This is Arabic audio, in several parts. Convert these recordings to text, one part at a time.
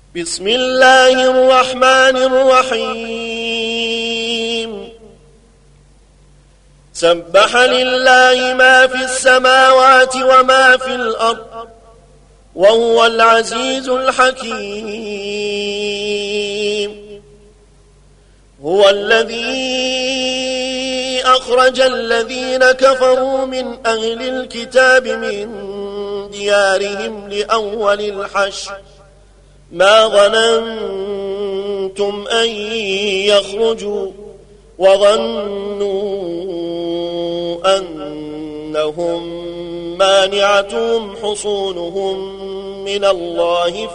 بسم الله الرحمن الرحيم سبح لله ما في السماوات وما في الأرض وهو العزيز الحكيم هو الذي أخرج الذين كفروا من أهل الكتاب من ديارهم لأول الحشر ما ظننتم أن يخرجوا وظنوا أنهم مانعتهم حصونهم من الله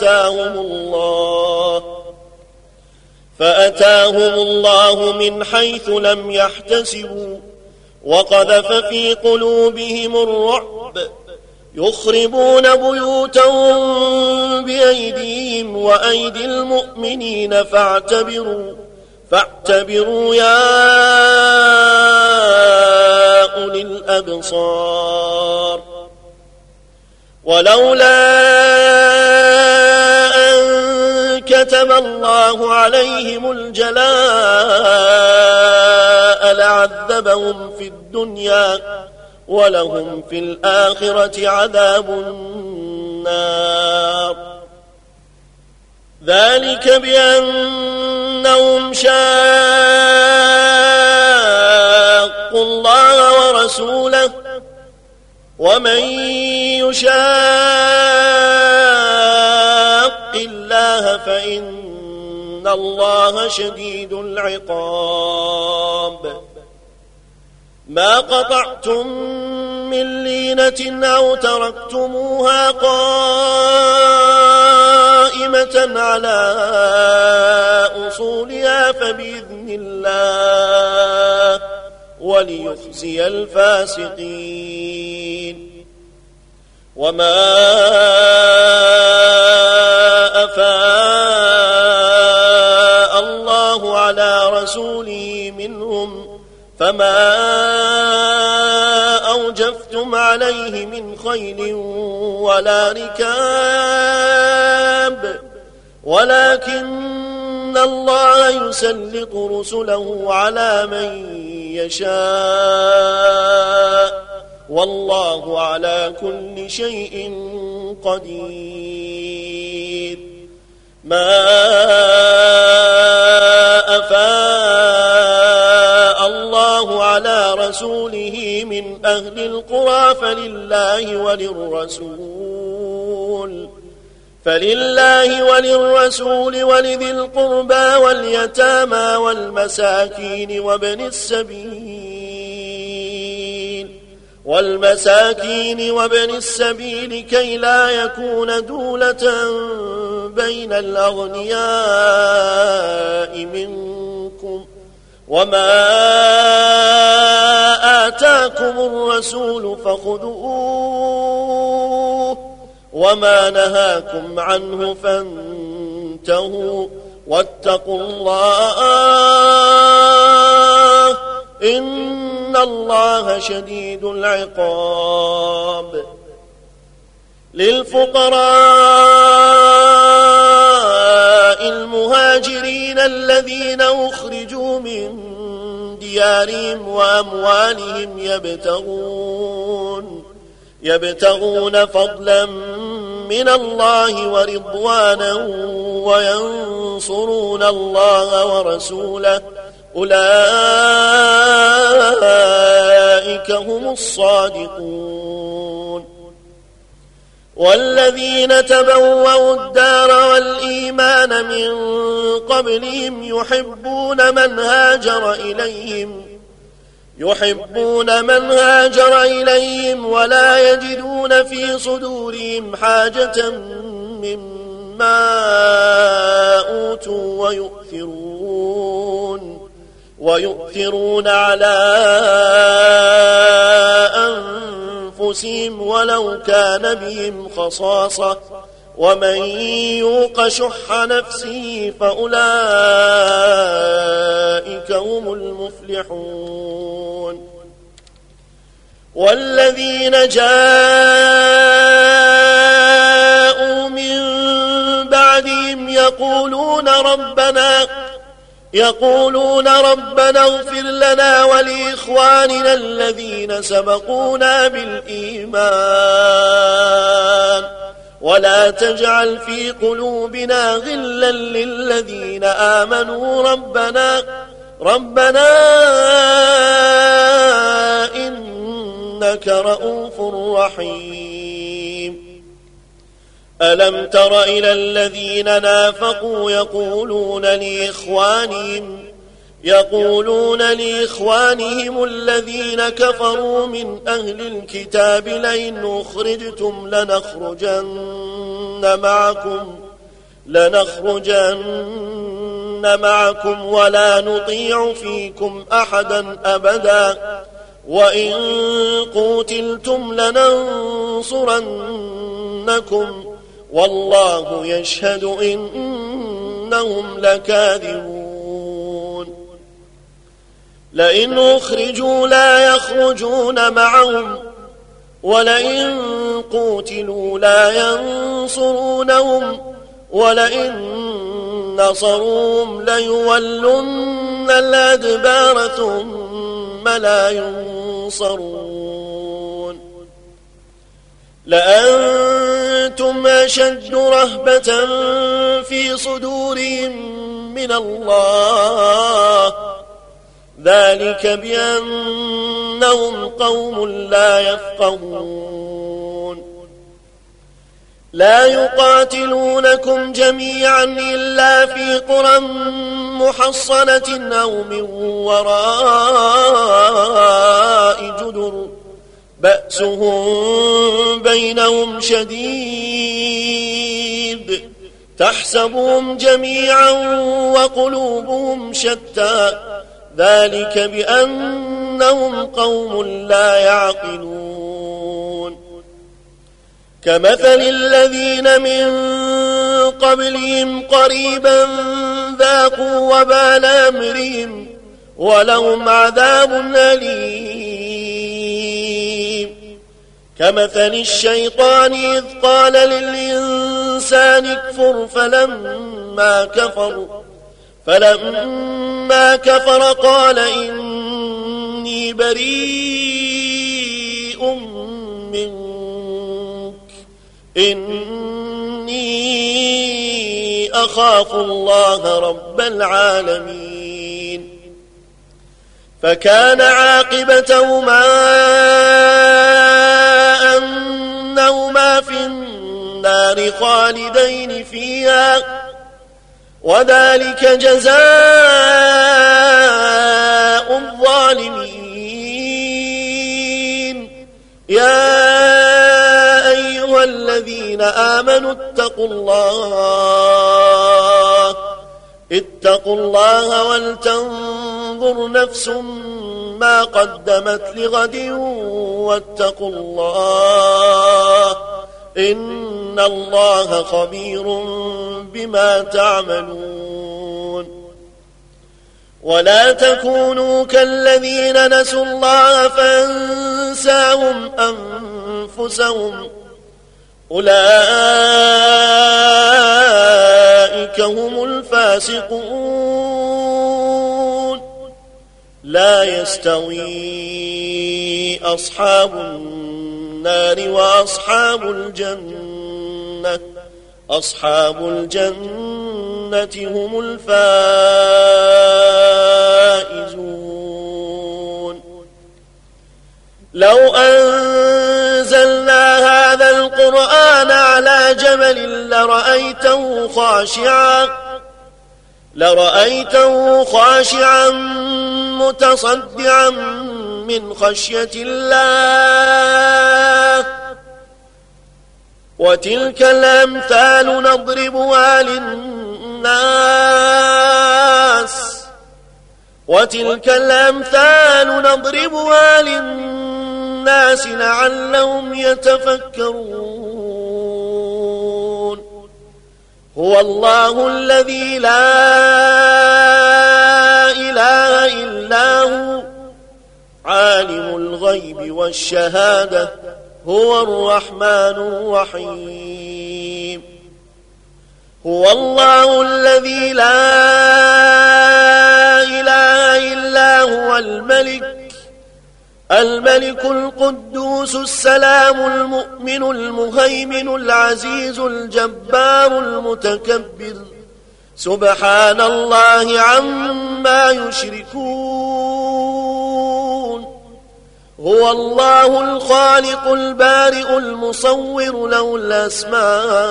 فأتاهم الله من حيث لم يحتسبوا وقذف في قلوبهم الرعب يخربون بيوتهم بأيديهم وأيدي المؤمنين فاعتبروا يا أولي الأبصار ولولا أن كتب الله عليهم الجلاء لعذبهم في الدنيا ولهم في الآخرة عذاب النار ذلك بأنهم شاقوا الله ورسوله ومن يشاق الله فإن الله شديد العقاب ما قطعتم من لينة أو تركتموها قائمة على أصولها فبإذن الله وليخزي الفاسقين وما أفاء الله على رسوله منهم فما أوجفتم عليه من خيل ولا ركاب ولكن الله يسلط رسله على من يشاء والله على كل شيء قدير ما أفاء الله على رسوله من أهل القرى فلله وللرسول ولذي القربى واليتامى والمساكين وابن السبيل كي لا يكون دولة بين الأغنياء منكم وما آتاكم الرسول فخذوه وما نهاكم عنه فانتهوا واتقوا الله إن الله شديد العقاب للفقراء المهاجرين الذين أخرجوا من ديارهم وأموالهم يبتغون فضلا من الله ورضوانا وينصرون الله ورسوله أولئك هم الصادقون والذين تبوأوا الدار والإيمان من قبلهم يحبون من هاجر إليهم ولا يجدون في صدورهم حاجة مما أوتوا ويؤثرون على أنفسهم ولو كان بهم خصاصة ومن يوق شح نفسه فأولئك هم المفلحون والذين جاءوا من بعدهم يقولون ربنا اغفر لنا ولإخواننا الذين سبقونا بالإيمان ولا تجعل في قلوبنا غلا للذين آمنوا ربنا إنك رؤوف رحيم. ألم تر إلى الذين نافقوا يقولون لإخوانهم الذين كفروا من أهل الكتاب لئن أخرجتم لنخرجن معكم ولا نطيع فيكم أحدا أبدا وإن قوتلتم لننصرنكم والله يشهد إنهم لكاذبون. لئن أخرجوا لا يخرجون معهم ولئن قوتلوا لا ينصرونهم ولئن نصروهم ليولن الأدبار ثم لا ينصرون. لأنتم أشد رهبة في صدورهم من الله ذلك بأنهم قوم لا يفقهون. لا يقاتلونكم جميعا إلا في قرى محصنة أو من وراء جدر بأسهم بينهم شديد تحسبهم جميعا وقلوبهم شتى ذلك بأنهم قوم لا يعقلون. كمثل الذين من قبلهم قريبا ذاقوا وبال أمرهم ولهم عذاب أليم. كمثل الشيطان إذ قال للإنسان اكفر فلما كفر قال إني بريء منك إني أخاف الله رب العالمين. فكان عاقبتهما أنهما في النار خالدين فيها وذلك جزاء الظالمين. يا أيها الذين آمنوا اتقوا الله ولتنظر نفس ما قدمت لغد واتقوا الله إن الله خبير بما تعملون. ولا تكونوا كالذين نسوا الله فأنساهم أنفسهم أولئك هم الفاسقون. لا يستوي أصحاب النار وأصحاب الجنة هم الفائزون. لو أنزلنا هذا القرآن على جبل لرأيته خاشعا متصدعا من خشية الله. وتلك الأمثال نضربها للناس لعلهم يتفكرون. هو الله الذي لا إله إلا هو عالم الغيب والشهادة هو الرحمن الرحيم. هو الله الذي لا إله إلا هو الملك القدوس السلام المؤمن المهيمن العزيز الجبار المتكبر سبحان الله عما يشركون هو الله الخالق البارئ المصور له الأسماء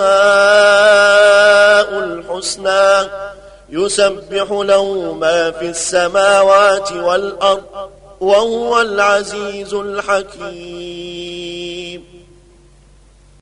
الحسنى يسبح له ما في السماوات والأرض وهو العزيز الحكيم.